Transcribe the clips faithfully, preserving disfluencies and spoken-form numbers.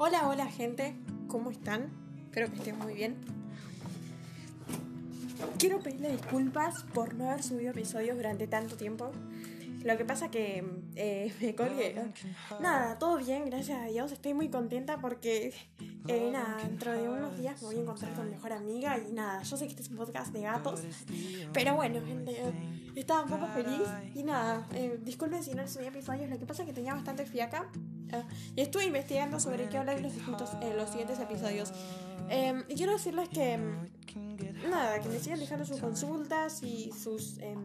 Hola, hola gente, ¿cómo están? Espero que estén muy bien. Quiero pedirle disculpas por no haber subido episodios durante tanto tiempo. Lo que pasa que eh, me colgué. Nada, todo bien, gracias a Dios. Estoy muy contenta porque eh, nada, dentro de unos días me voy a encontrar con mi mejor amiga. Y nada, yo sé que este es un podcast de gatos, pero bueno, gente, eh, estaba un poco feliz. Y nada, eh, disculpen si no subí episodios. Lo que pasa es que tenía bastante fiaca eh, y estuve investigando sobre qué hablar en los, distintos, en los siguientes episodios. eh, Y quiero decirles que nada, que me sigan dejando sus consultas y sus... Eh,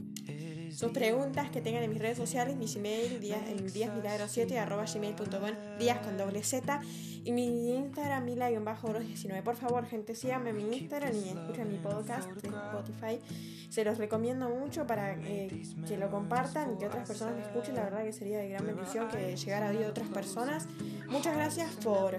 sus preguntas que tengan en mis redes sociales, mi Gmail, días milagros siete arroba gmail punto com, días con doble Z, y mi Instagram, mila bros diecinueve. Por favor, gente, síganme en mi Instagram y escuchen mi podcast de Spotify. Se los recomiendo mucho para eh, que lo compartan y que otras personas me escuchen. La verdad que sería de gran bendición que llegara a oír otras personas. Muchas gracias por,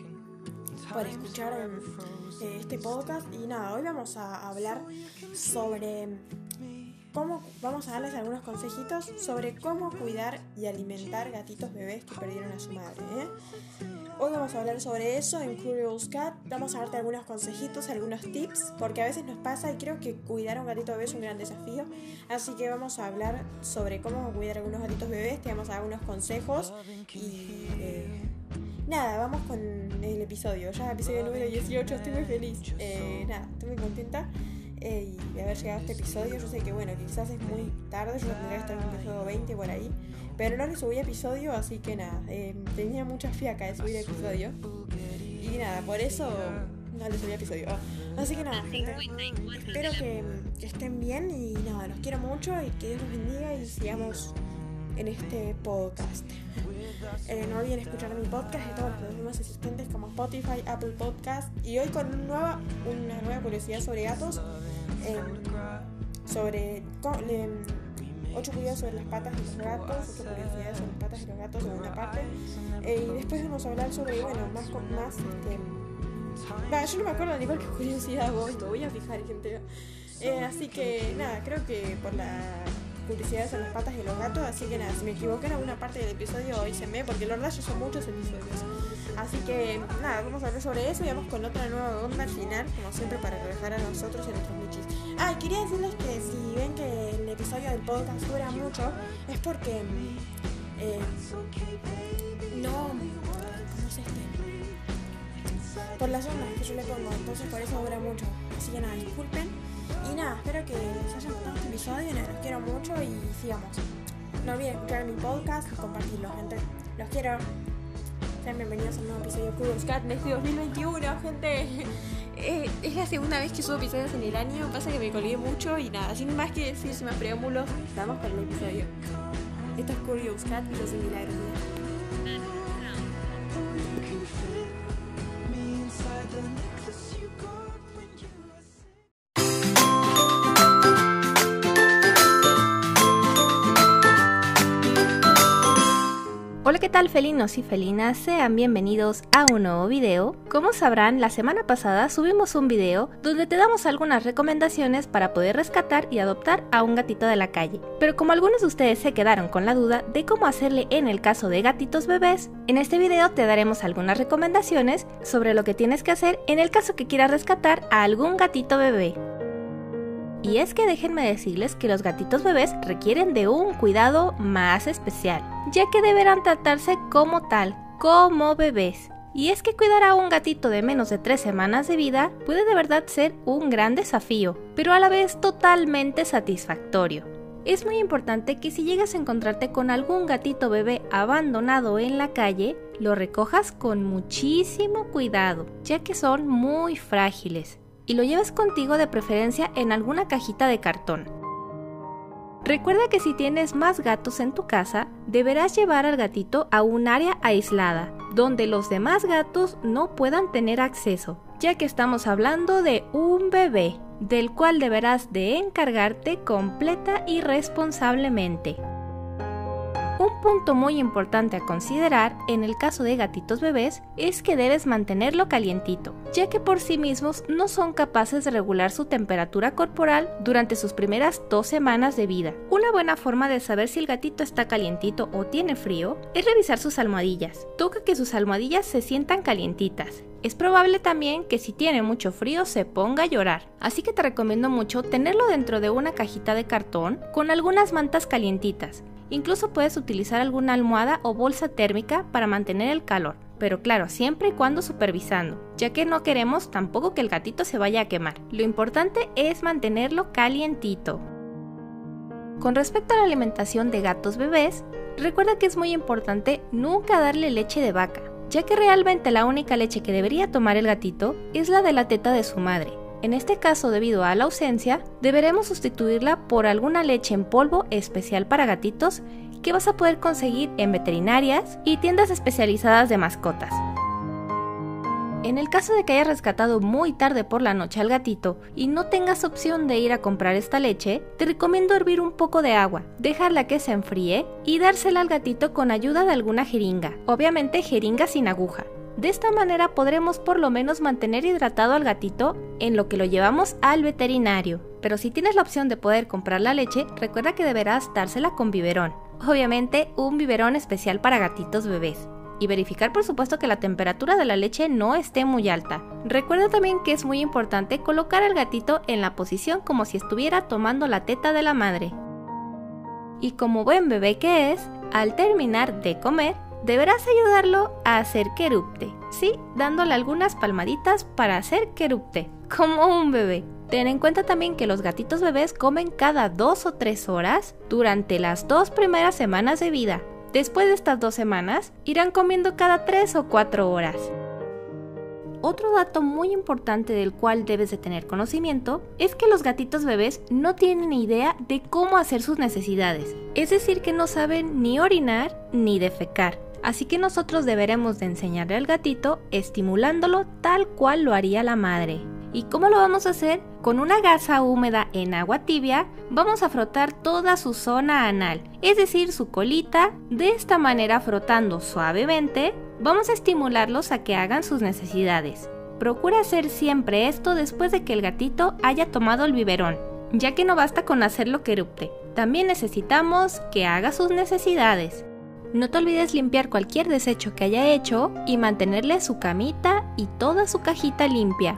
por escuchar eh, este podcast. Y nada, hoy vamos a hablar sobre... ¿Cómo? Vamos a darles algunos consejitos sobre cómo cuidar y alimentar gatitos bebés que perdieron a su madre, ¿eh? Hoy vamos a hablar sobre eso en Curious Cat. Vamos a darte algunos consejitos, algunos tips, porque a veces nos pasa y creo que cuidar a un gatito bebé es un gran desafío. Así que vamos a hablar sobre cómo cuidar a algunos gatitos bebés, te vamos a dar algunos consejos y... Eh, nada, vamos con el episodio. Ya episodio número dieciocho, estoy muy feliz. Eh, nada, estoy muy contenta. Eh, y de haber llegado a este episodio. Yo sé que bueno, quizás es muy tarde, yo tendría que estar en el episodio veinte por ahí, pero no le subí episodio, así que nada, eh, tenía mucha fiaca de subir episodio y nada, por eso no le subí episodio. Oh. Así que nada, gente, espero que, que estén bien y nada, los quiero mucho y que Dios los bendiga y sigamos en este podcast. Eh, no olviden escuchar mi podcast de todas las plataformas existentes como Spotify, Apple Podcast, y hoy con una nueva, una nueva curiosidad sobre gatos, eh, sobre eh, ocho curiosidades sobre las patas de los gatos, ocho curiosidades sobre las patas de los gatos, en una parte, eh, y después vamos a hablar sobre, bueno, más, más este, bah, yo no me acuerdo ni cuál curiosidad voy, me voy a fijar, gente, eh, así que nada, creo que por la curiosidades en las patas de los gatos, así que nada, si me equivoqué en alguna parte del episodio, avísenme, porque la verdad ya son muchos episodios. Así que nada, vamos a hablar sobre eso y vamos con otra nueva onda al final, como siempre, para relajar a nosotros y a nuestros michis. Ah, y quería decirles que si ven que el episodio del podcast dura mucho, es porque eh, no, ¿cómo se este? Por las ondas que yo le pongo, entonces por eso dura mucho. Así que nada, disculpen. Y nada, espero que les haya gustado este episodio, los quiero mucho y sigamos. No olviden escuchar mi podcast y compartirlo, gente. Los quiero. Sean bienvenidos a un nuevo episodio de Curious Cat de este dos mil veintiuno, gente. Eh, es la segunda vez que subo episodios en el año, pasa que me colgué mucho y nada, sin más que decir, sin más preámbulos, vamos con el episodio. Esto es Curious Cat y yo soy Milagros. Hola, ¿qué tal felinos y felinas? Sean bienvenidos a un nuevo video. Como sabrán, la semana pasada subimos un video donde te damos algunas recomendaciones para poder rescatar y adoptar a un gatito de la calle. Pero como algunos de ustedes se quedaron con la duda de cómo hacerle en el caso de gatitos bebés, en este video te daremos algunas recomendaciones sobre lo que tienes que hacer en el caso que quieras rescatar a algún gatito bebé. Y es que déjenme decirles que los gatitos bebés requieren de un cuidado más especial, ya que deberán tratarse como tal, como bebés. Y es que cuidar a un gatito de menos de tres semanas de vida puede de verdad ser un gran desafío, pero a la vez totalmente satisfactorio. Es muy importante que si llegas a encontrarte con algún gatito bebé abandonado en la calle, lo recojas con muchísimo cuidado, ya que son muy frágiles. Y lo lleves contigo de preferencia en alguna cajita de cartón. Recuerda que si tienes más gatos en tu casa, deberás llevar al gatito a un área aislada, donde los demás gatos no puedan tener acceso, ya que estamos hablando de un bebé, del cual deberás de encargarte completa y responsablemente. Un punto muy importante a considerar en el caso de gatitos bebés es que debes mantenerlo calientito, ya que por sí mismos no son capaces de regular su temperatura corporal durante sus primeras dos semanas de vida. Una buena forma de saber si el gatito está calientito o tiene frío es revisar sus almohadillas. Toca que sus almohadillas se sientan calientitas. Es probable también que si tiene mucho frío se ponga a llorar, así que te recomiendo mucho tenerlo dentro de una cajita de cartón con algunas mantas calientitas. Incluso puedes utilizar alguna almohada o bolsa térmica para mantener el calor, pero claro, siempre y cuando supervisando, ya que no queremos tampoco que el gatito se vaya a quemar. Lo importante es mantenerlo calientito. Con respecto a la alimentación de gatos bebés, recuerda que es muy importante nunca darle leche de vaca, ya que realmente la única leche que debería tomar el gatito es la de la teta de su madre. En este caso, debido a la ausencia, deberemos sustituirla por alguna leche en polvo especial para gatitos que vas a poder conseguir en veterinarias y tiendas especializadas de mascotas. En el caso de que hayas rescatado muy tarde por la noche al gatito y no tengas opción de ir a comprar esta leche, te recomiendo hervir un poco de agua, dejarla que se enfríe y dársela al gatito con ayuda de alguna jeringa, obviamente jeringa sin aguja. De esta manera podremos por lo menos mantener hidratado al gatito en lo que lo llevamos al veterinario. Pero si tienes la opción de poder comprar la leche, recuerda que deberás dársela con biberón. Obviamente un biberón especial para gatitos bebés. Y verificar por supuesto que la temperatura de la leche no esté muy alta. Recuerda también que es muy importante colocar al gatito en la posición como si estuviera tomando la teta de la madre. Y como buen bebé que es, al terminar de comer, deberás ayudarlo a hacer que erupte. Sí, dándole algunas palmaditas para hacer que erupte, como un bebé. Ten en cuenta también que los gatitos bebés comen cada dos o tres horas durante las dos primeras semanas de vida. Después de estas dos semanas, irán comiendo cada tres o cuatro horas. Otro dato muy importante del cual debes de tener conocimiento es que los gatitos bebés no tienen ni idea de cómo hacer sus necesidades. Es decir, que no saben ni orinar ni defecar. Así que nosotros deberemos de enseñarle al gatito estimulándolo tal cual lo haría la madre. ¿Y cómo lo vamos a hacer? Con una gasa húmeda en agua tibia vamos a frotar toda su zona anal, es decir, su colita. De esta manera, frotando suavemente, vamos a estimularlos a que hagan sus necesidades. Procura hacer siempre esto después de que el gatito haya tomado el biberón, ya que no basta con hacerlo que erupte. También necesitamos que haga sus necesidades. No te olvides limpiar cualquier desecho que haya hecho y mantenerle su camita y toda su cajita limpia.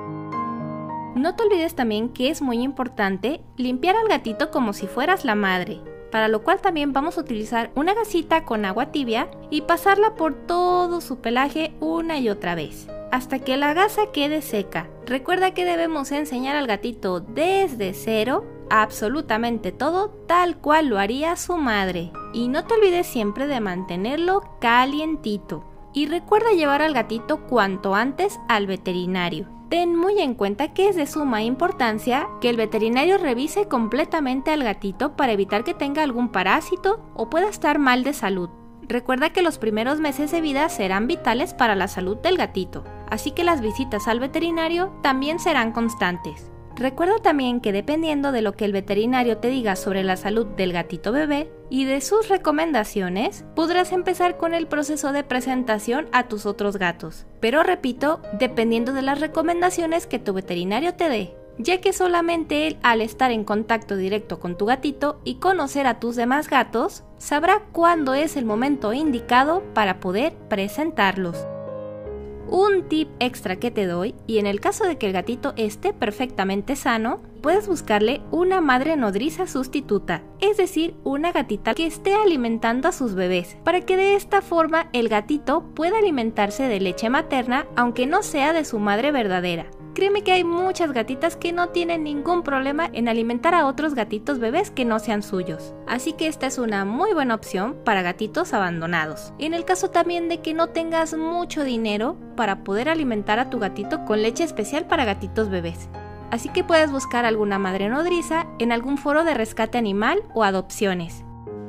No te olvides también que es muy importante limpiar al gatito como si fueras la madre, para lo cual también vamos a utilizar una gasita con agua tibia y pasarla por todo su pelaje una y otra vez, hasta que la gasa quede seca. Recuerda que debemos enseñar al gatito desde cero absolutamente todo tal cual lo haría su madre. Y no te olvides siempre de mantenerlo calientito. Y recuerda llevar al gatito cuanto antes al veterinario. Ten muy en cuenta que es de suma importancia que el veterinario revise completamente al gatito para evitar que tenga algún parásito o pueda estar mal de salud. Recuerda que los primeros meses de vida serán vitales para la salud del gatito, así que las visitas al veterinario también serán constantes. Recuerda también que dependiendo de lo que el veterinario te diga sobre la salud del gatito bebé y de sus recomendaciones, podrás empezar con el proceso de presentación a tus otros gatos. Pero repito, dependiendo de las recomendaciones que tu veterinario te dé, ya que solamente él, al estar en contacto directo con tu gatito y conocer a tus demás gatos, sabrá cuándo es el momento indicado para poder presentarlos. Un tip extra que te doy, y en el caso de que el gatito esté perfectamente sano, puedes buscarle una madre nodriza sustituta, es decir, una gatita que esté alimentando a sus bebés, para que de esta forma el gatito pueda alimentarse de leche materna aunque no sea de su madre verdadera. Créeme que hay muchas gatitas que no tienen ningún problema en alimentar a otros gatitos bebés que no sean suyos. Así que esta es una muy buena opción para gatitos abandonados. En el caso también de que no tengas mucho dinero para poder alimentar a tu gatito con leche especial para gatitos bebés. Así que puedes buscar alguna madre nodriza en algún foro de rescate animal o adopciones.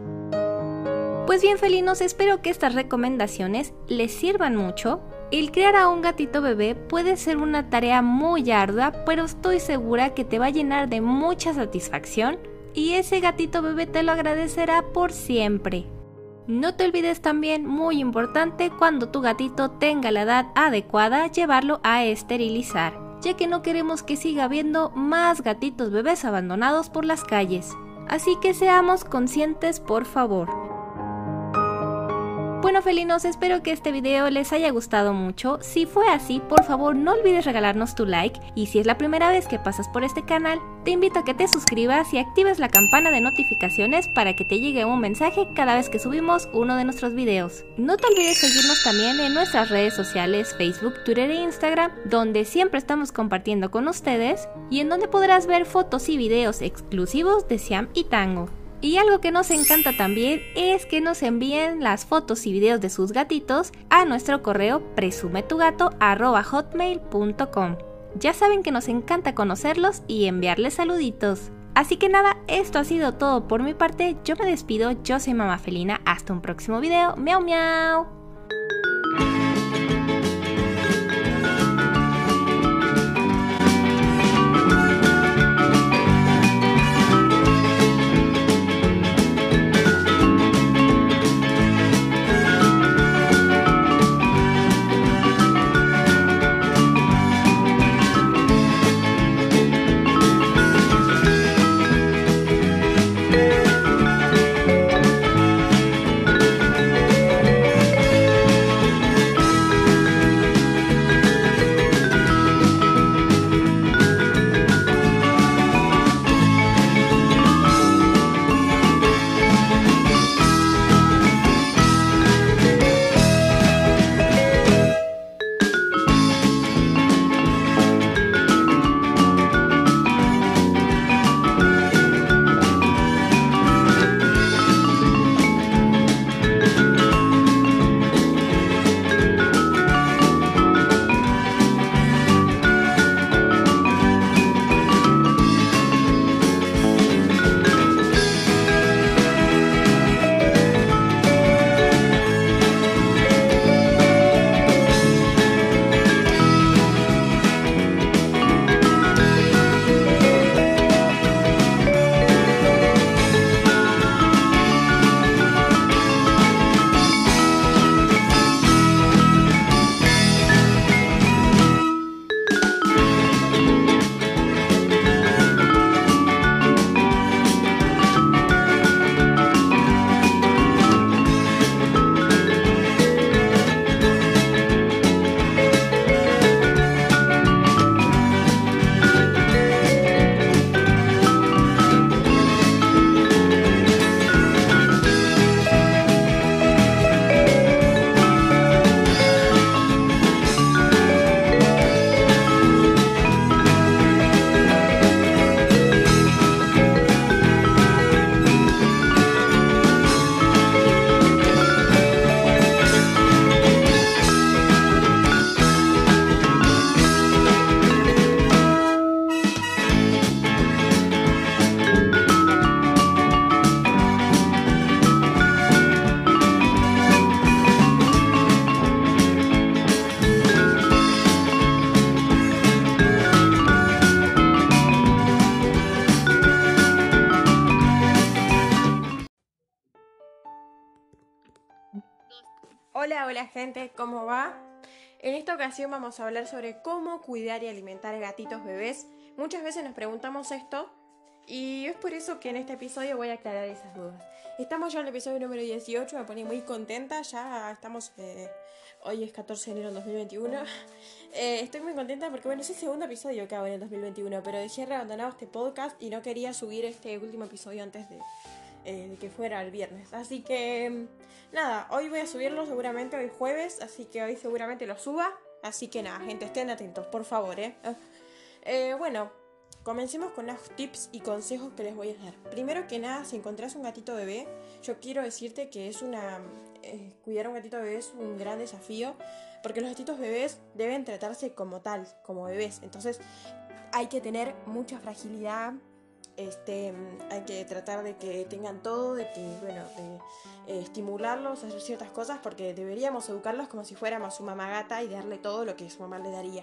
Pues bien, felinos, espero que estas recomendaciones les sirvan mucho. El criar a un gatito bebé puede ser una tarea muy ardua, pero estoy segura que te va a llenar de mucha satisfacción y ese gatito bebé te lo agradecerá por siempre. No te olvides también, muy importante, cuando tu gatito tenga la edad adecuada, llevarlo a esterilizar, ya que no queremos que siga habiendo más gatitos bebés abandonados por las calles. Así que seamos conscientes, por favor. Bueno, felinos, espero que este video les haya gustado mucho. Si fue así, por favor no olvides regalarnos tu like, y si es la primera vez que pasas por este canal, te invito a que te suscribas y actives la campana de notificaciones para que te llegue un mensaje cada vez que subimos uno de nuestros videos. No te olvides seguirnos también en nuestras redes sociales Facebook, Twitter e Instagram, donde siempre estamos compartiendo con ustedes y en donde podrás ver fotos y videos exclusivos de Siam y Tango. Y algo que nos encanta también es que nos envíen las fotos y videos de sus gatitos a nuestro correo presumetugato arroba hotmail punto com. Ya saben que nos encanta conocerlos y enviarles saluditos. Así que nada, esto ha sido todo por mi parte. Yo me despido, yo soy Mamá Felina. Hasta un próximo video. Miau miau. Hola, hola gente, ¿cómo va? En esta ocasión vamos a hablar sobre cómo cuidar y alimentar gatitos bebés. Muchas veces nos preguntamos esto y es por eso que en este episodio voy a aclarar esas dudas. Estamos ya en el episodio número dieciocho, me pone muy contenta, ya estamos, eh, hoy es catorce de enero del dos mil veintiuno. Eh, estoy muy contenta porque bueno, es el segundo episodio que hago en el dos mil veintiuno, pero dejé abandonado este podcast y no quería subir este último episodio antes de... Eh, de que fuera el viernes, así que nada, hoy voy a subirlo seguramente hoy jueves, así que hoy seguramente lo suba, así que nada, gente, estén atentos, por favor, eh, eh bueno, comencemos con los tips y consejos que les voy a dar. Primero que nada, si encontrás un gatito bebé, yo quiero decirte que es una eh, cuidar a un gatito bebé es un gran desafío, porque los gatitos bebés deben tratarse como tal, como bebés, entonces hay que tener mucha fragilidad. Este, hay que tratar de que tengan todo, de que, bueno, de eh, estimularlos a hacer ciertas cosas, porque deberíamos educarlos como si fuéramos su mamá gata y darle todo lo que su mamá le daría.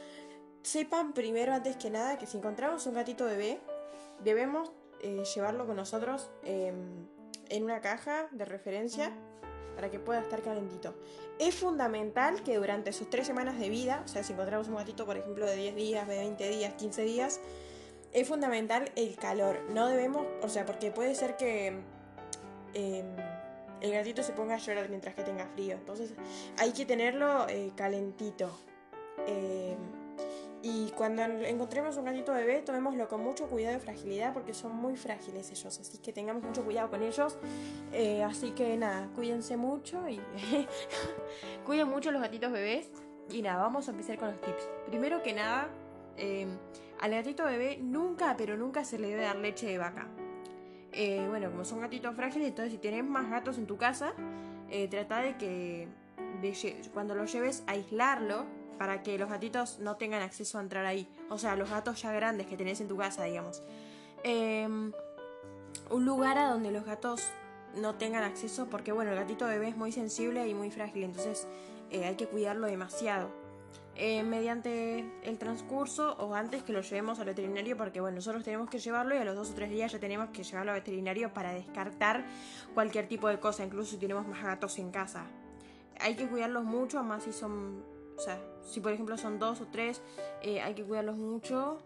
Sepan primero, antes que nada, que si encontramos un gatito bebé, debemos eh, llevarlo con nosotros eh, en una caja de referencia para que pueda estar calentito. Es fundamental que durante sus tres semanas de vida, o sea, si encontramos un gatito, por ejemplo, de diez días, de veinte días, quince días, es fundamental el calor. No debemos, o sea, porque puede ser que eh, el gatito se ponga a llorar mientras que tenga frío. Entonces hay que tenerlo eh, calentito. Eh, y cuando encontremos un gatito bebé, tomémoslo con mucho cuidado y fragilidad, porque son muy frágiles ellos, así que tengamos mucho cuidado con ellos. Eh, así que nada, cuídense mucho y cuiden mucho los gatitos bebés. Y nada, vamos a empezar con los tips. Primero que nada, eh, al gatito bebé nunca, pero nunca se le debe dar leche de vaca. Eh, bueno, como son gatitos frágiles, entonces si tenés más gatos en tu casa, eh, trata de que de, cuando lo lleves a aislarlo, para que los gatitos no tengan acceso a entrar ahí. O sea, los gatos ya grandes que tenés en tu casa, digamos. Eh, un lugar a donde los gatos no tengan acceso, porque bueno, el gatito bebé es muy sensible y muy frágil, entonces eh, hay que cuidarlo demasiado. Eh, mediante el transcurso o antes que lo llevemos al veterinario, porque bueno, nosotros tenemos que llevarlo y a los dos o tres días ya tenemos que llevarlo al veterinario para descartar cualquier tipo de cosa, incluso si tenemos más gatos en casa. Hay que cuidarlos mucho, más si son... O sea, si por ejemplo son dos o tres, eh, hay que cuidarlos mucho.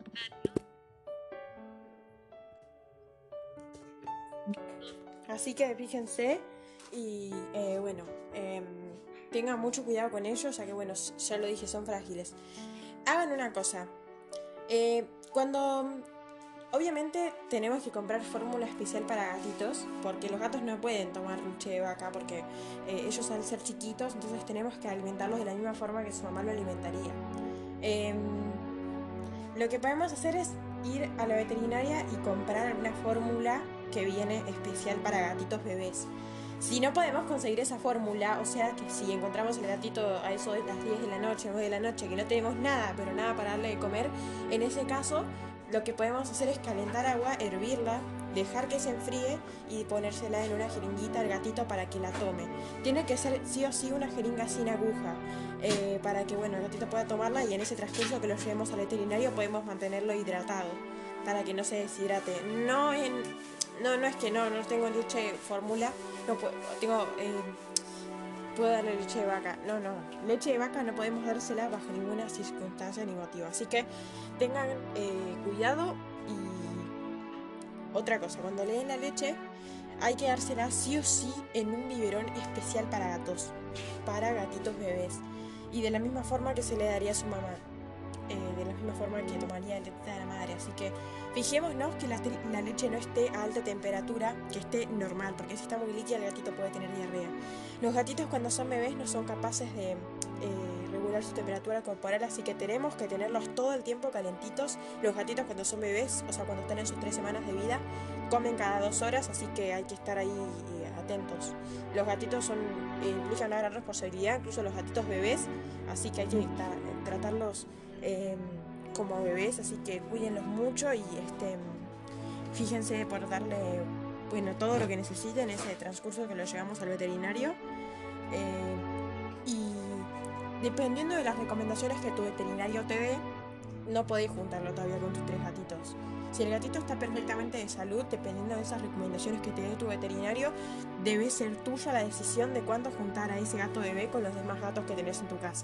Así que fíjense y eh, bueno, eh, tengan mucho cuidado con ellos, ya que bueno, ya lo dije, son frágiles. Hagan una cosa. Eh, cuando... Obviamente tenemos que comprar fórmula especial para gatitos, porque los gatos no pueden tomar leche de vaca, porque eh, ellos al ser chiquitos, entonces tenemos que alimentarlos de la misma forma que su mamá lo alimentaría. Eh, lo que podemos hacer es ir a la veterinaria y comprar alguna fórmula que viene especial para gatitos bebés. Si no podemos conseguir esa fórmula, o sea que si encontramos el gatito a eso de las diez de la noche, nueve de la noche, que no tenemos nada, pero nada para darle de comer, en ese caso lo que podemos hacer es calentar agua, hervirla, dejar que se enfríe y ponérsela en una jeringuita al gatito para que la tome. Tiene que ser sí o sí una jeringa sin aguja, eh, para que bueno, el gatito pueda tomarla y en ese transcurso que lo llevemos al veterinario podemos mantenerlo hidratado, para que no se deshidrate. No en... No, no es que no, no tengo leche fórmula, no puedo, tengo, eh, puedo darle leche de vaca. No, no, leche de vaca no podemos dársela bajo ninguna circunstancia ni motivo. Así que tengan eh, cuidado. Y otra cosa, cuando le den la leche hay que dársela sí o sí en un biberón especial para gatos, para gatitos bebés. Y de la misma forma que se le daría a su mamá. Eh, de la misma forma que tomaría el leche de la madre. Así que fijémonos que la, la leche no esté a alta temperatura, que esté normal, porque si está muy líquida el gatito puede tener diarrea. Los gatitos cuando son bebés no son capaces de eh, regular su temperatura corporal, así que tenemos que tenerlos todo el tiempo calentitos. Los gatitos cuando son bebés, o sea cuando están en sus tres semanas de vida, comen cada dos horas, así que hay que estar ahí eh, atentos. Los gatitos son eh, implican una gran responsabilidad, incluso los gatitos bebés, así que hay que estar, tratarlos Eh, como bebés, así que cuídenlos mucho y este, fíjense por darle bueno, todo lo que necesiten en ese transcurso que lo llevamos al veterinario. Eh, y dependiendo de las recomendaciones que tu veterinario te dé, no podéis juntarlo todavía con tus tres gatitos. Si el gatito está perfectamente de salud, dependiendo de esas recomendaciones que te dé tu veterinario, debe ser tuya la decisión de cuándo juntar a ese gato bebé con los demás gatos que tenés en tu casa.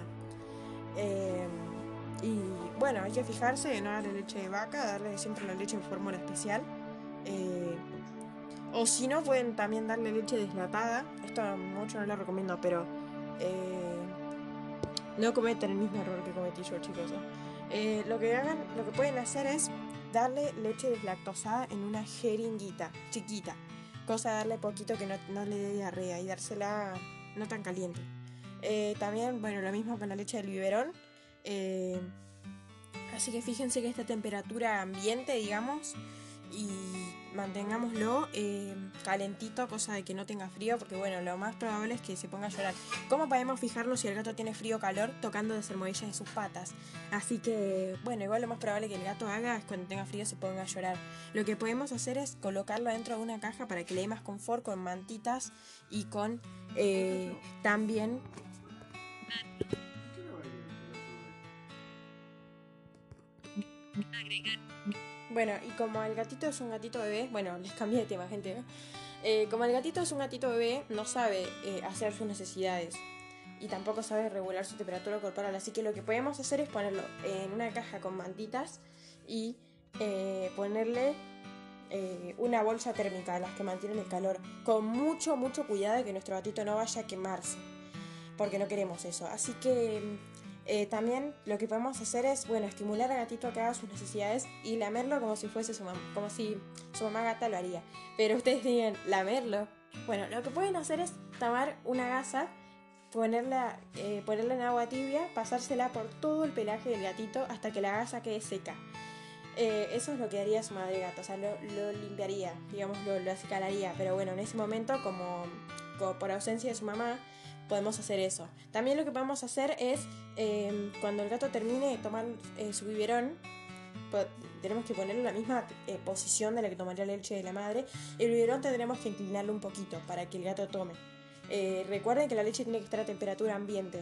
Eh, Y bueno, hay que fijarse de no darle leche de vaca, darle siempre la leche en fórmula especial. Eh, o si no, pueden también darle leche deslatada. Esto mucho no lo recomiendo, pero eh, no cometan el mismo error que cometí yo, chicos. Eh, lo que hagan, lo que pueden hacer es darle leche deslactosada en una jeringuita chiquita. Cosa de darle poquito que no, no le dé diarrea y dársela no tan caliente. Eh, también, bueno, lo mismo con la leche del biberón. Eh, así que fíjense que esta temperatura ambiente, digamos, y mantengámoslo eh, calentito, cosa de que no tenga frío, porque bueno, lo más probable es que se ponga a llorar. ¿Cómo podemos fijarlo si el gato tiene frío o calor? Tocando las almohadillas de sus patas. Así que bueno, igual lo más probable que el gato haga es cuando tenga frío se ponga a llorar. Lo que podemos hacer es colocarlo dentro de una caja para que le dé más confort, con mantitas y con eh, también... Bueno, y como el gatito es un gatito bebé, bueno, les cambié de tema, gente, ¿no? Eh, como el gatito es un gatito bebé, no sabe eh, hacer sus necesidades y tampoco sabe regular su temperatura corporal, así que lo que podemos hacer es ponerlo en una caja con mantitas y eh, ponerle eh, una bolsa térmica, las que mantienen el calor, con mucho, mucho cuidado de que nuestro gatito no vaya a quemarse, porque no queremos eso. Así que eh, también lo que podemos hacer es, bueno, estimular al gatito a que haga sus necesidades y lamerlo como si fuese su mamá, como si su mamá gata lo haría. Pero ustedes digan, ¿lamerlo? Bueno, lo que pueden hacer es tomar una gasa, ponerla, eh, ponerla en agua tibia, pasársela por todo el pelaje del gatito hasta que la gasa quede seca. Eh, eso es lo que haría su madre gata, o sea, lo, lo limpiaría, digamos, lo, lo acicalaría. Pero bueno, en ese momento, como, como por ausencia de su mamá, podemos hacer eso. También lo que podemos hacer es, eh, cuando el gato termine de tomar eh, su biberón, po- tenemos que ponerlo en la misma eh, posición de la que tomaría la leche de la madre. El biberón tendremos que inclinarlo un poquito para que el gato tome. Eh, recuerden que la leche tiene que estar a temperatura ambiente.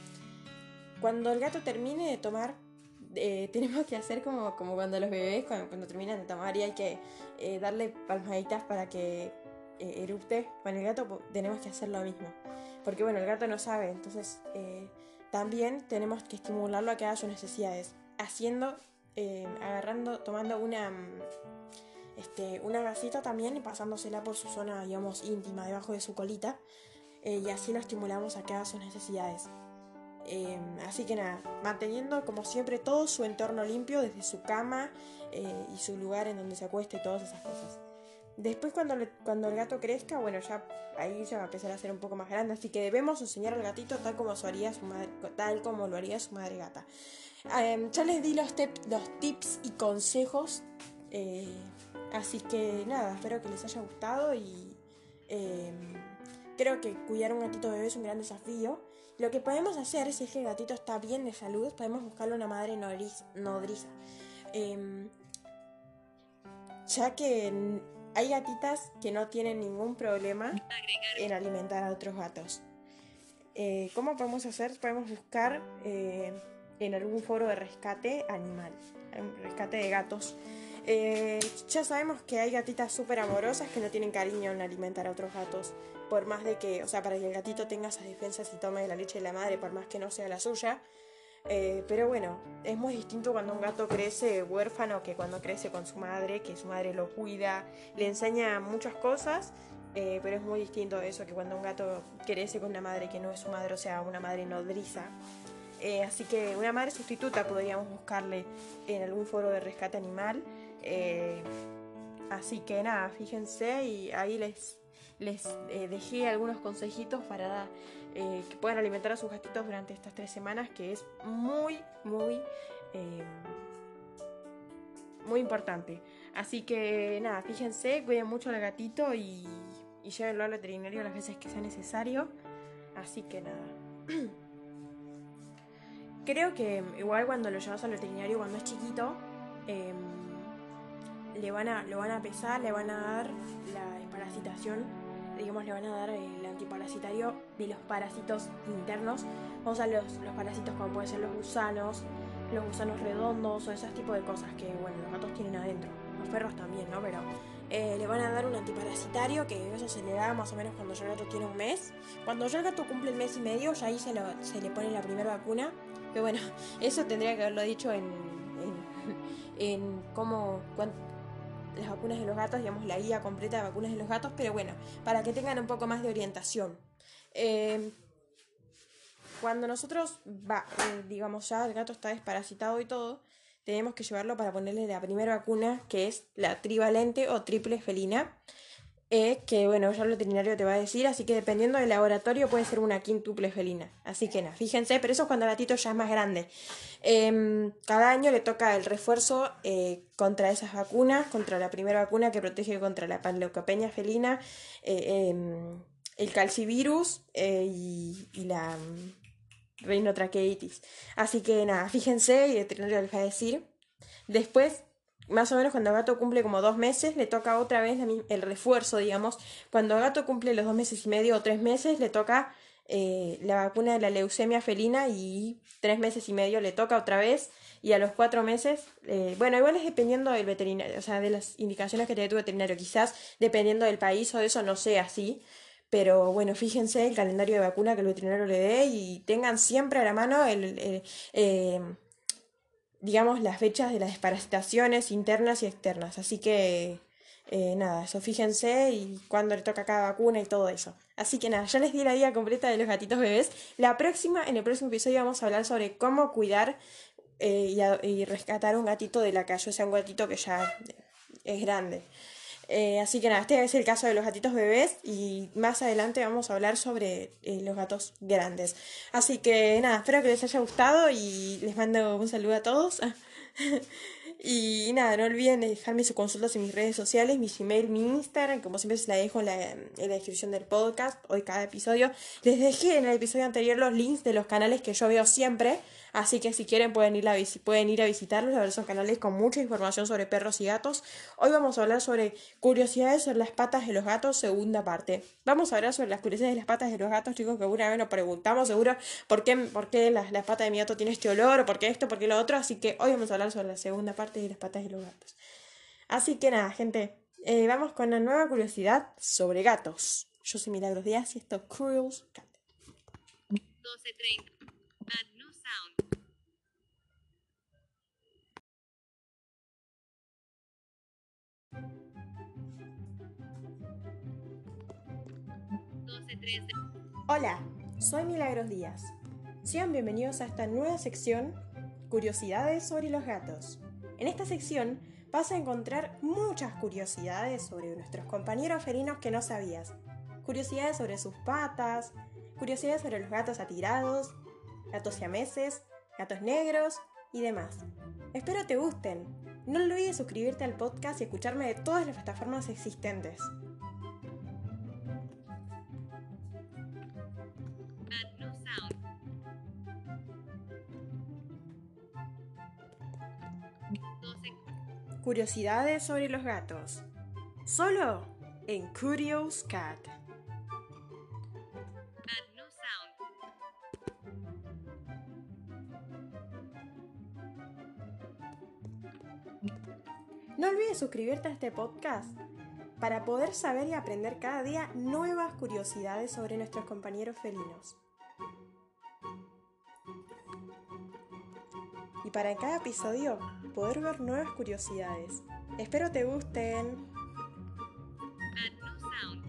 Cuando el gato termine de tomar, eh, tenemos que hacer como, como cuando los bebés, cuando, cuando terminan de tomar, y hay que eh, darle palmaditas para que eh, erupte. Con el gato po- tenemos que hacer lo mismo. Porque bueno, el gato no sabe, entonces eh, también tenemos que estimularlo a que haga sus necesidades. Haciendo, eh, agarrando, tomando una, mm, este, una gasita también y pasándosela por su zona, digamos, íntima, debajo de su colita. Eh, y así lo estimulamos a que haga sus necesidades. Eh, así que nada, manteniendo como siempre todo su entorno limpio, desde su cama eh, y su lugar en donde se acuesta y todas esas cosas. Después cuando, le- cuando el gato crezca, bueno, ya ahí ya va a empezar a ser un poco más grande, así que debemos enseñar al gatito tal como, su haría su madre, tal como lo haría su madre gata. Eh, ya les di los, tep- los tips y consejos, eh, así que nada, espero que les haya gustado y eh, creo que cuidar un gatito bebé es un gran desafío. Lo que podemos hacer, si es que el gatito está bien de salud, podemos buscarle una madre nodriz- nodriza. Em, ya que n- hay gatitas que no tienen ningún problema en alimentar a otros gatos. Eh, ¿Cómo podemos hacer? Podemos buscar eh, en algún foro de rescate animal, un rescate de gatos. Eh, ya sabemos que hay gatitas súper amorosas que no tienen cariño en alimentar a otros gatos. Por más de que, o sea, para que el gatito tenga esas defensas y tome la leche de la madre, por más que no sea la suya. Eh, pero bueno, es muy distinto cuando un gato crece huérfano que cuando crece con su madre, que su madre lo cuida, le enseña muchas cosas, eh, pero es muy distinto eso que cuando un gato crece con una madre que no es su madre, o sea, una madre nodriza. Eh, así que una madre sustituta podríamos buscarle en algún foro de rescate animal. Eh, así que nada, fíjense y ahí les, les eh, dejé algunos consejitos para eh, que puedan alimentar a sus gatitos durante estas tres semanas, que es muy, muy, eh, muy importante. Así que nada, fíjense, cuiden mucho al gatito y, y llévenlo al veterinario las veces que sea necesario. Así que nada. Creo que igual cuando lo llevas al veterinario cuando es chiquito, eh, le van a, lo van a pesar, le van a dar la desparasitación, digamos, le van a dar el antiparasitario de los parásitos internos. O sea, los, los parásitos como pueden ser los gusanos, los gusanos redondos o esos tipos de cosas que, bueno, los gatos tienen adentro. Los perros también, ¿no? Pero eh, le van a dar un antiparasitario, que eso se le da más o menos cuando ya el gato tiene un mes. Cuando ya el gato cumple el mes y medio, ya ahí se, lo, se le pone la primera vacuna. Pero bueno, eso tendría que haberlo dicho en, en, en cómo, cuán, las vacunas de los gatos, digamos, la guía completa de vacunas de los gatos, pero bueno, para que tengan un poco más de orientación. Eh, cuando nosotros, va, eh, digamos, ya el gato está desparasitado y todo, tenemos que llevarlo para ponerle la primera vacuna, que es la trivalente o triple felina, eh, que bueno, ya el veterinario te va a decir, así que dependiendo del laboratorio puede ser una quíntuple felina. Así que nada, fíjense, pero eso es cuando el gatito ya es más grande. Eh, cada año le toca el refuerzo eh, contra esas vacunas, contra la primera vacuna que protege contra la panleucopenia felina, eh, eh, el calcivirus eh, y, y la um, rinotraqueitis. Así que nada, fíjense y el veterinario les va a decir. Después, más o menos cuando el gato cumple como dos meses, le toca otra vez la, el refuerzo, digamos. Cuando el gato cumple los dos meses y medio o tres meses, le toca eh, la vacuna de la leucemia felina y tres meses y medio le toca otra vez. Y a los cuatro meses, eh, bueno, igual es dependiendo del veterinario, o sea, de las indicaciones que te dé tu veterinario. Quizás dependiendo del país o de eso no sea así. Pero bueno, fíjense el calendario de vacuna que el veterinario le dé y tengan siempre a la mano el, el, eh, digamos, las fechas de las desparasitaciones internas y externas. Así que, eh, nada, eso fíjense y cuándo le toca cada vacuna y todo eso. Así que nada, ya les di la guía completa de los gatitos bebés. La próxima, en el próximo episodio vamos a hablar sobre cómo cuidar eh, y, a, y rescatar un gatito de la calle, o sea, un gatito que ya es grande. Eh, así que nada, este es el caso de los gatitos bebés y más adelante vamos a hablar sobre eh, los gatos grandes. Así que nada, espero que les haya gustado y les mando un saludo a todos. Y nada, no olviden dejarme sus consultas en mis redes sociales, mi Gmail, mi Instagram, como siempre se la dejo en la, en la descripción del podcast, hoy cada episodio. Les dejé en el episodio anterior los links de los canales que yo veo siempre, así que si quieren pueden ir a, pueden ir a visitarlos, a ver esos canales con mucha información sobre perros y gatos. Hoy vamos a hablar sobre curiosidades sobre las patas de los gatos, segunda parte. Vamos a hablar sobre las curiosidades de las patas de los gatos, chicos, que alguna vez nos preguntamos seguro por qué, por qué la, la pata de mi gato tiene este olor, o por qué esto, por qué lo otro, así que hoy vamos a hablar sobre la segunda parte de las patas de los gatos. Así que nada, gente, eh, vamos con una nueva curiosidad sobre gatos. Yo soy Milagros Díaz y esto es Curious Cat. doce treinta. Add new sound. doce treinta. Hola, soy Milagros Díaz. Sean bienvenidos a esta nueva sección, Curiosidades sobre los gatos. En esta sección vas a encontrar muchas curiosidades sobre nuestros compañeros felinos que no sabías. Curiosidades sobre sus patas, curiosidades sobre los gatos atirados, gatos siameses, gatos negros y demás. Espero te gusten. No olvides suscribirte al podcast y escucharme de todas las plataformas existentes. Add new sound. doce. Curiosidades sobre los gatos. Solo en Curious Cat. Add new sound. No olvides suscribirte a este podcast para poder saber y aprender cada día nuevas curiosidades sobre nuestros compañeros felinos. Y para en cada episodio poder ver nuevas curiosidades. Espero te gusten. Add new sound.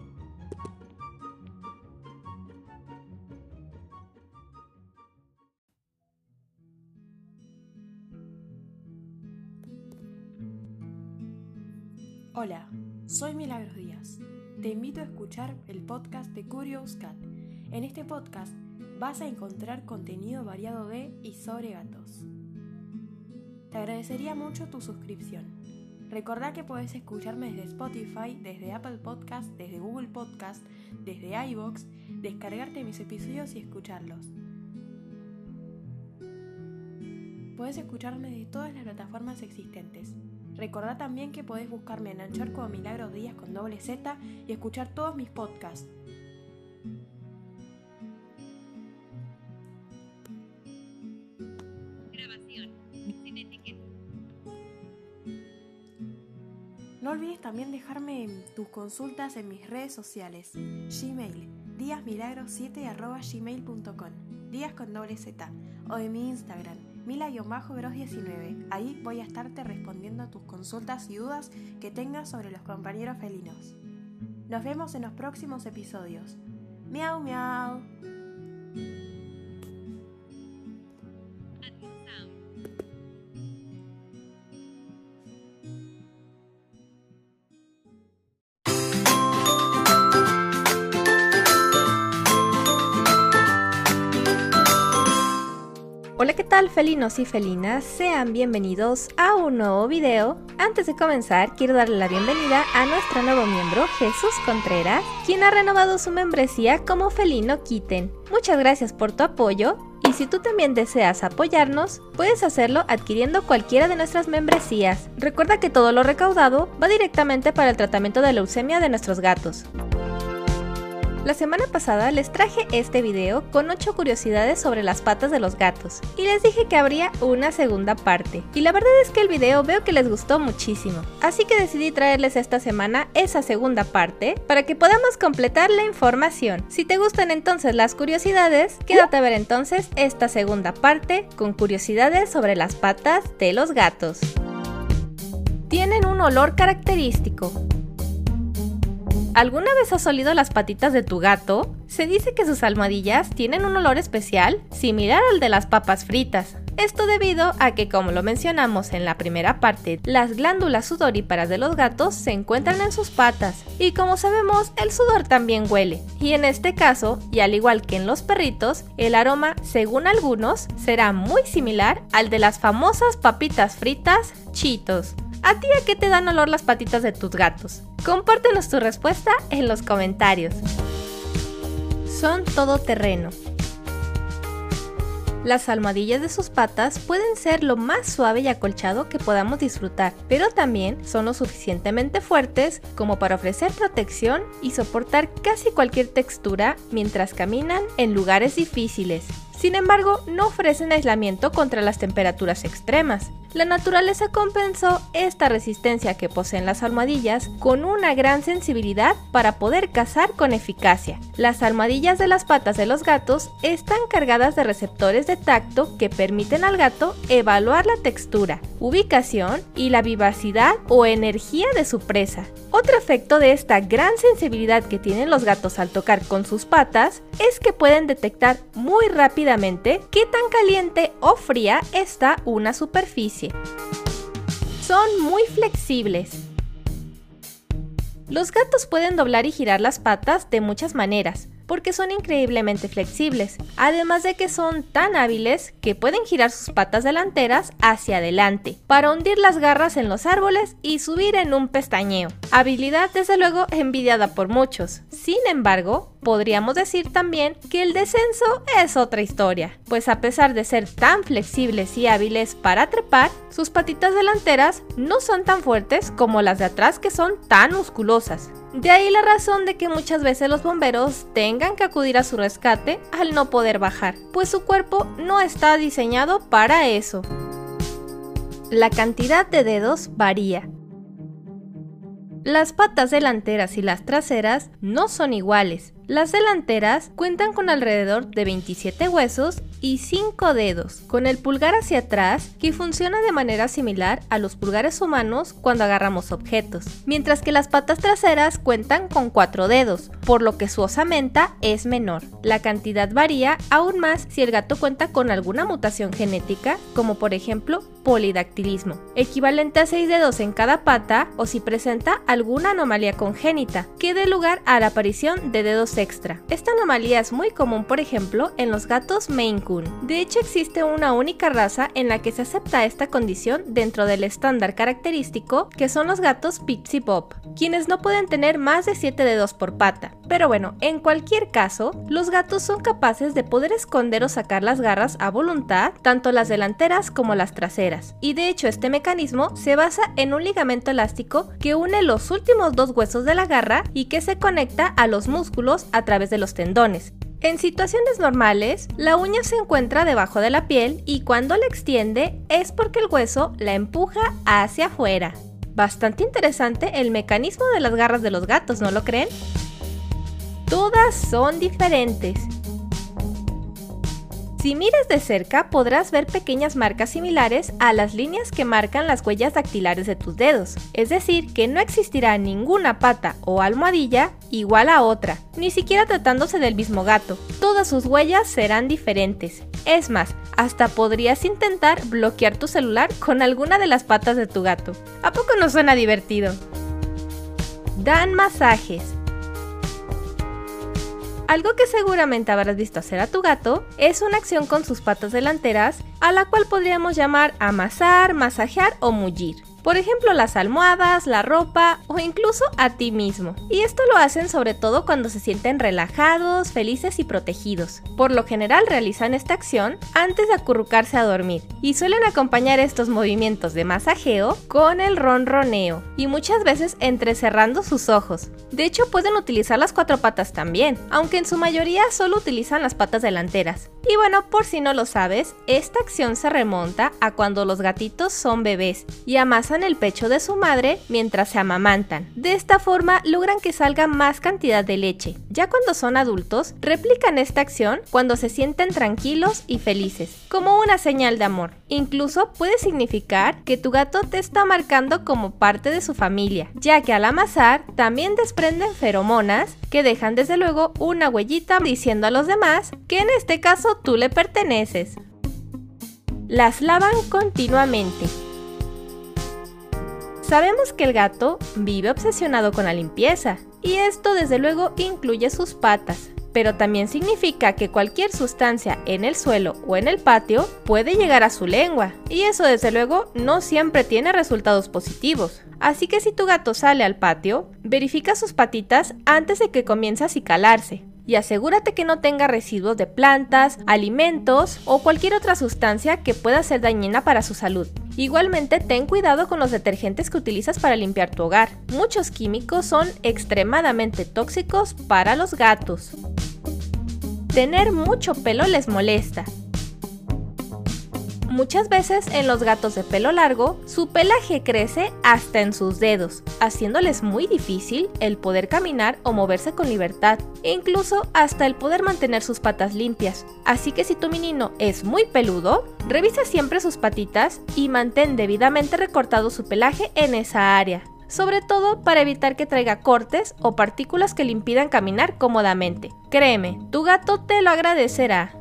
Hola, soy Milagros Díaz. Te invito a escuchar el podcast de Curious Cat. En este podcast vas a encontrar contenido variado de y sobre gatos. Te agradecería mucho tu suscripción. Recordá que podés escucharme desde Spotify, desde Apple Podcast, desde Google Podcast, desde iVoox, descargarte mis episodios y escucharlos. Podés escucharme de todas las plataformas existentes. Recordá también que podés buscarme en Anchor como Milagros Díaz con doble Z y escuchar todos mis podcasts. Grabación. Sin etiqueta. No olvides también dejarme tus consultas en mis redes sociales. Gmail, díazmilagros siete arroba gmail punto com, díaz con doble Z, o en mi Instagram, mila-gros diecinueve. Ahí voy a estarte respondiendo a tus consultas y dudas que tengas sobre los compañeros felinos. Nos vemos en los próximos episodios. Miau, miau. Add new sound. Hola, ¿qué tal felinos y felinas? Sean bienvenidos a un nuevo video. Antes de comenzar, quiero darle la bienvenida a nuestro nuevo miembro, Jesús Contreras, quien ha renovado su membresía como Felino Kitten. Muchas gracias por tu apoyo, y si tú también deseas apoyarnos, puedes hacerlo adquiriendo cualquiera de nuestras membresías. Recuerda que todo lo recaudado va directamente para el tratamiento de leucemia de nuestros gatos. La semana pasada les traje este video con ocho curiosidades sobre las patas de los gatos y les dije que habría una segunda parte, y la verdad es que el video veo que les gustó muchísimo, así que decidí traerles esta semana esa segunda parte para que podamos completar la información. Si te gustan entonces las curiosidades, quédate a ver entonces esta segunda parte con curiosidades sobre las patas de los gatos. Tienen un olor característico. ¿Alguna vez has olido las patitas de tu gato? Se dice que sus almohadillas tienen un olor especial, similar al de las papas fritas. Esto debido a que, como lo mencionamos en la primera parte, las glándulas sudoríparas de los gatos se encuentran en sus patas, y como sabemos, el sudor también huele. Y en este caso, y al igual que en los perritos, el aroma, según algunos, será muy similar al de las famosas papitas fritas Cheetos. ¿A ti a qué te dan olor las patitas de tus gatos? Compártenos tu respuesta en los comentarios. Son todoterreno. Las almohadillas de sus patas pueden ser lo más suave y acolchado que podamos disfrutar, pero también son lo suficientemente fuertes como para ofrecer protección y soportar casi cualquier textura mientras caminan en lugares difíciles. Sin embargo, no ofrecen aislamiento contra las temperaturas extremas. La naturaleza compensó esta resistencia que poseen las almohadillas con una gran sensibilidad para poder cazar con eficacia. Las almohadillas de las patas de los gatos están cargadas de receptores de tacto que permiten al gato evaluar la textura, ubicación y la vivacidad o energía de su presa. Otro efecto de esta gran sensibilidad que tienen los gatos al tocar con sus patas es que pueden detectar muy rápidamente qué tan caliente o fría está una superficie. Son muy flexibles. Los gatos pueden doblar y girar las patas de muchas maneras, porque son increíblemente flexibles, además de que son tan hábiles que pueden girar sus patas delanteras hacia adelante, para hundir las garras en los árboles y subir en un pestañeo. Habilidad desde luego envidiada por muchos. Sin embargo, podríamos decir también que el descenso es otra historia, pues a pesar de ser tan flexibles y hábiles para trepar, sus patitas delanteras no son tan fuertes como las de atrás, que son tan musculosas. De ahí la razón de que muchas veces los bomberos tengan que acudir a su rescate al no poder bajar, pues su cuerpo no está diseñado para eso. La cantidad de dedos varía. Las patas delanteras y las traseras no son iguales. Las delanteras cuentan con alrededor de veintisiete huesos y cinco dedos, con el pulgar hacia atrás, que funciona de manera similar a los pulgares humanos cuando agarramos objetos, mientras que las patas traseras cuentan con cuatro dedos, por lo que su osamenta es menor. La cantidad varía aún más si el gato cuenta con alguna mutación genética, como por ejemplo polidactilismo, equivalente a seis dedos en cada pata, o si presenta alguna anomalía congénita, que dé lugar a la aparición de dedos extra. Esta anomalía es muy común, por ejemplo, en los gatos Maine Coon. De hecho, existe una única raza en la que se acepta esta condición dentro del estándar característico, que son los gatos Pixie Bob, quienes no pueden tener más de siete dedos por pata. Pero bueno, en cualquier caso, los gatos son capaces de poder esconder o sacar las garras a voluntad, tanto las delanteras como las traseras. Y de hecho, este mecanismo se basa en un ligamento elástico que une los últimos dos huesos de la garra y que se conecta a los músculos a través de los tendones. En situaciones normales, la uña se encuentra debajo de la piel y cuando la extiende es porque el hueso la empuja hacia afuera. Bastante interesante el mecanismo de las garras de los gatos, ¿no lo creen? Todas son diferentes. Si miras de cerca podrás ver pequeñas marcas similares a las líneas que marcan las huellas dactilares de tus dedos, es decir, que no existirá ninguna pata o almohadilla igual a otra, ni siquiera tratándose del mismo gato. Todas sus huellas serán diferentes. Es más, hasta podrías intentar bloquear tu celular con alguna de las patas de tu gato. ¿A poco no suena divertido? Dan masajes. Algo que seguramente habrás visto hacer a tu gato es una acción con sus patas delanteras, a la cual podríamos llamar amasar, masajear o mullir. Por ejemplo, las almohadas, la ropa o incluso a ti mismo. Y esto lo hacen sobre todo cuando se sienten relajados, felices y protegidos. Por lo general realizan esta acción antes de acurrucarse a dormir y suelen acompañar estos movimientos de masajeo con el ronroneo y muchas veces entrecerrando sus ojos. De hecho, pueden utilizar las cuatro patas también, aunque en su mayoría solo utilizan las patas delanteras. Y bueno, por si no lo sabes, esta acción se remonta a cuando los gatitos son bebés y amasan el pecho de su madre mientras se amamantan. De esta forma logran que salga más cantidad de leche. Ya cuando son adultos, replican esta acción cuando se sienten tranquilos y felices, como una señal de amor. Incluso puede significar que tu gato te está marcando como parte de su familia, ya que al amasar también desprenden feromonas que dejan desde luego una huellita diciendo a los demás que en este caso tú le perteneces. Las lavan continuamente. Sabemos que el gato vive obsesionado con la limpieza, y esto desde luego incluye sus patas, pero también significa que cualquier sustancia en el suelo o en el patio puede llegar a su lengua, y eso desde luego no siempre tiene resultados positivos. Así que si tu gato sale al patio, verifica sus patitas antes de que comience a acicalarse. Y asegúrate que no tenga residuos de plantas, alimentos o cualquier otra sustancia que pueda ser dañina para su salud. Igualmente, ten cuidado con los detergentes que utilizas para limpiar tu hogar. Muchos químicos son extremadamente tóxicos para los gatos. Tener mucho pelo les molesta. Muchas veces en los gatos de pelo largo, su pelaje crece hasta en sus dedos, haciéndoles muy difícil el poder caminar o moverse con libertad, e incluso hasta el poder mantener sus patas limpias. Así que si tu menino es muy peludo, revisa siempre sus patitas y mantén debidamente recortado su pelaje en esa área, sobre todo para evitar que traiga cortes o partículas que le impidan caminar cómodamente. Créeme, tu gato te lo agradecerá.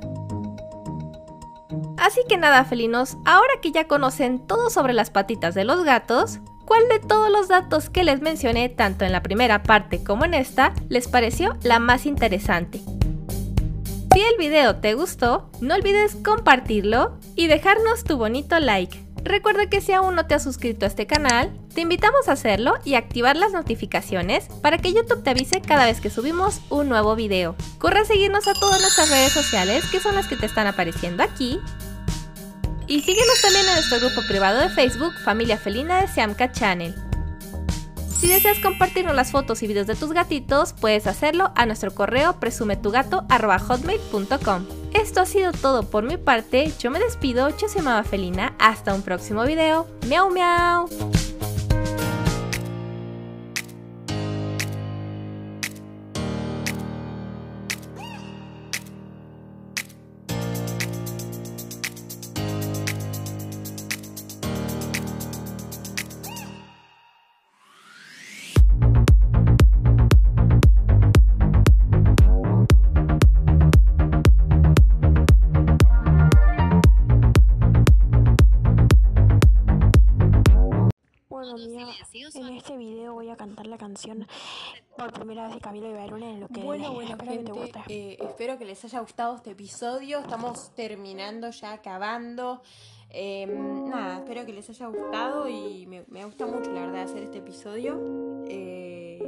Así que nada, felinos, ahora que ya conocen todo sobre las patitas de los gatos, ¿cuál de todos los datos que les mencioné tanto en la primera parte como en esta les pareció la más interesante? Si el video te gustó, no olvides compartirlo y dejarnos tu bonito like. Recuerda que si aún no te has suscrito a este canal, te invitamos a hacerlo y activar las notificaciones para que YouTube te avise cada vez que subimos un nuevo video. Corre a seguirnos a todas nuestras redes sociales, que son las que te están apareciendo aquí. Y síguenos también en nuestro grupo privado de Facebook, Familia Felina de Siamka Channel. Si deseas compartirnos las fotos y videos de tus gatitos, puedes hacerlo a nuestro correo presumetugato arroba hotmail punto com. Esto ha sido todo por mi parte, yo me despido, yo soy Mama Felina, hasta un próximo video, miau miau. Bueno, mira, en este video voy a cantar la canción por primera vez de Camilo y Verona en lo que Bueno, bueno, espero que te gente, guste. eh, espero que les haya gustado este episodio. Estamos terminando ya, acabando. Eh, nada, espero que les haya gustado y me, me gusta mucho, la verdad, hacer este episodio. Eh,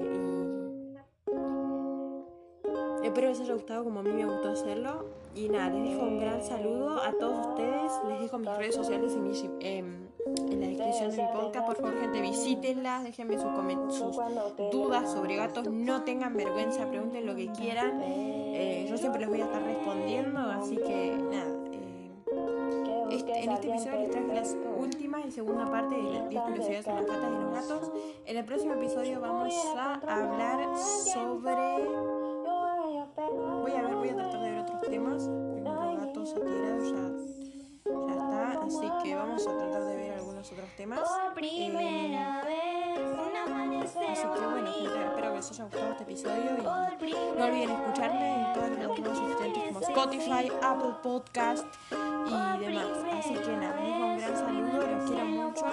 y espero que les haya gustado como a mí me gustó hacerlo. Y nada, les dejo un gran saludo a todos ustedes. Les dejo mis redes sociales en, mi, eh, en la descripción de mi podcast. Por favor, gente, visítenlas. Déjenme sus, sus dudas sobre gatos. No tengan vergüenza, pregunten lo que quieran. Eh, yo siempre les voy a estar respondiendo. Así que nada. Eh, este, en este episodio les traje las últimas y segunda parte de las diez curiosidades sobre las patas de los gatos. En el próximo episodio vamos a hablar sobre... Voy a ver, voy a tratar de ver otros temas. Los gatos sagrados ya, ya está. Así que vamos a tratar de ver algunos otros temas. Eh, así que bueno, gente, espero que les haya gustado este episodio. Y no olviden escucharme en todas las plataformas existentes como Spotify, Apple Podcast y demás. Así que nada, les dejo un gran saludo. Los quiero mucho.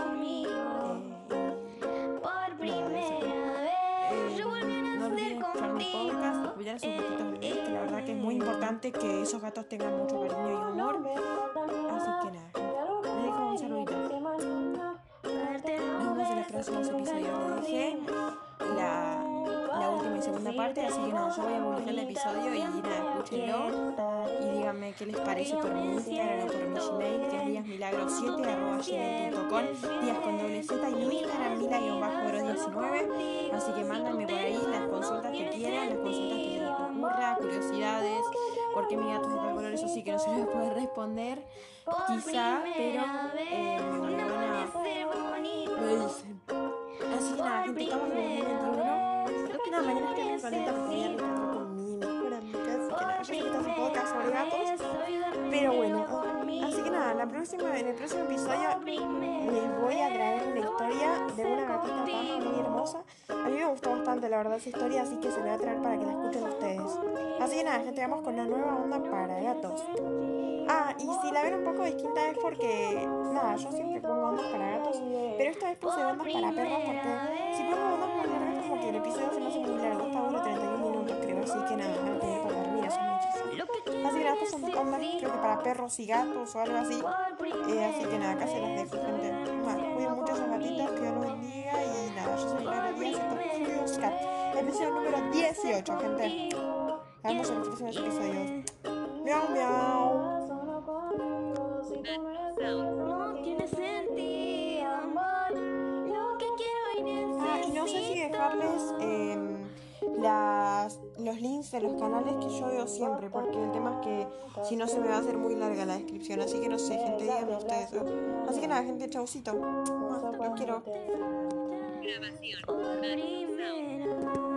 Cuidar a sus gatitos bebés, que la verdad que es muy importante que esos gatos tengan mucho cariño y amor. Así que nada, les dejo un saludito. Nos vemos. próximos episodios. Les dejé la, la última y segunda parte, así que nada, yo voy a publicar el episodio y nada, escúchenlo y díganme qué les parece por mi Instagram o por mi Gmail, que es díasmilagro siete arroba gmail punto com, días con doble Z, y mi Instagram mila-oro diecinueve, así que mándenme por ahí las consultas que quieran, las consultas que se les ocurra, curiosidades, porque mi gato es de tal color, eso sí que no se les va a poder responder, quizá, pero eh, me van a... me dicen. Así que nada, gente, estamos en el dos mil veintiuno. Nada, mañana estoy muy contenta porque voy a reencontrar con mi mejor amiga, así que nada, yo sé que este es un podcast sobre gatos, pero bueno, así que nada, la próxima, en el próximo episodio les voy a traer una historia de una gatita pama muy hermosa. A mí me gustó bastante, la verdad, esa historia, así que se la voy a traer para que la escuchen ustedes. Así que nada, gente, vamos con la nueva onda para gatos. Ah, y si la ven un poco distinta es porque, nada, yo siempre pongo ondas para gatos, pero esta vez puse ondas para perros porque si pongo ondas muy largas como que el episodio se me hace muy largo, está duro treinta y un minutos creo, así que nada, van a tener para dormir, eso es muchísimo. Así que nada, estas son ondas creo que para perros y gatos o algo así, eh, así que nada, acá se las dejo, gente. Nada, cuiden mucho a esos gatitos, que Dios los bendiga y nada, yo soy Laura Díaz, esto es Curious Cat, episodio número dieciocho, gente. Nos vemos en los próximos episodios. Miau, miau. Sound. Ah, y no sé si dejarles eh, las, los links de los canales que yo veo siempre, porque el tema es que si no se me va a hacer muy larga la descripción, así que no sé, gente, díganme ustedes. Así que nada, gente, chaucito. Los quiero. Grabación. At Sound.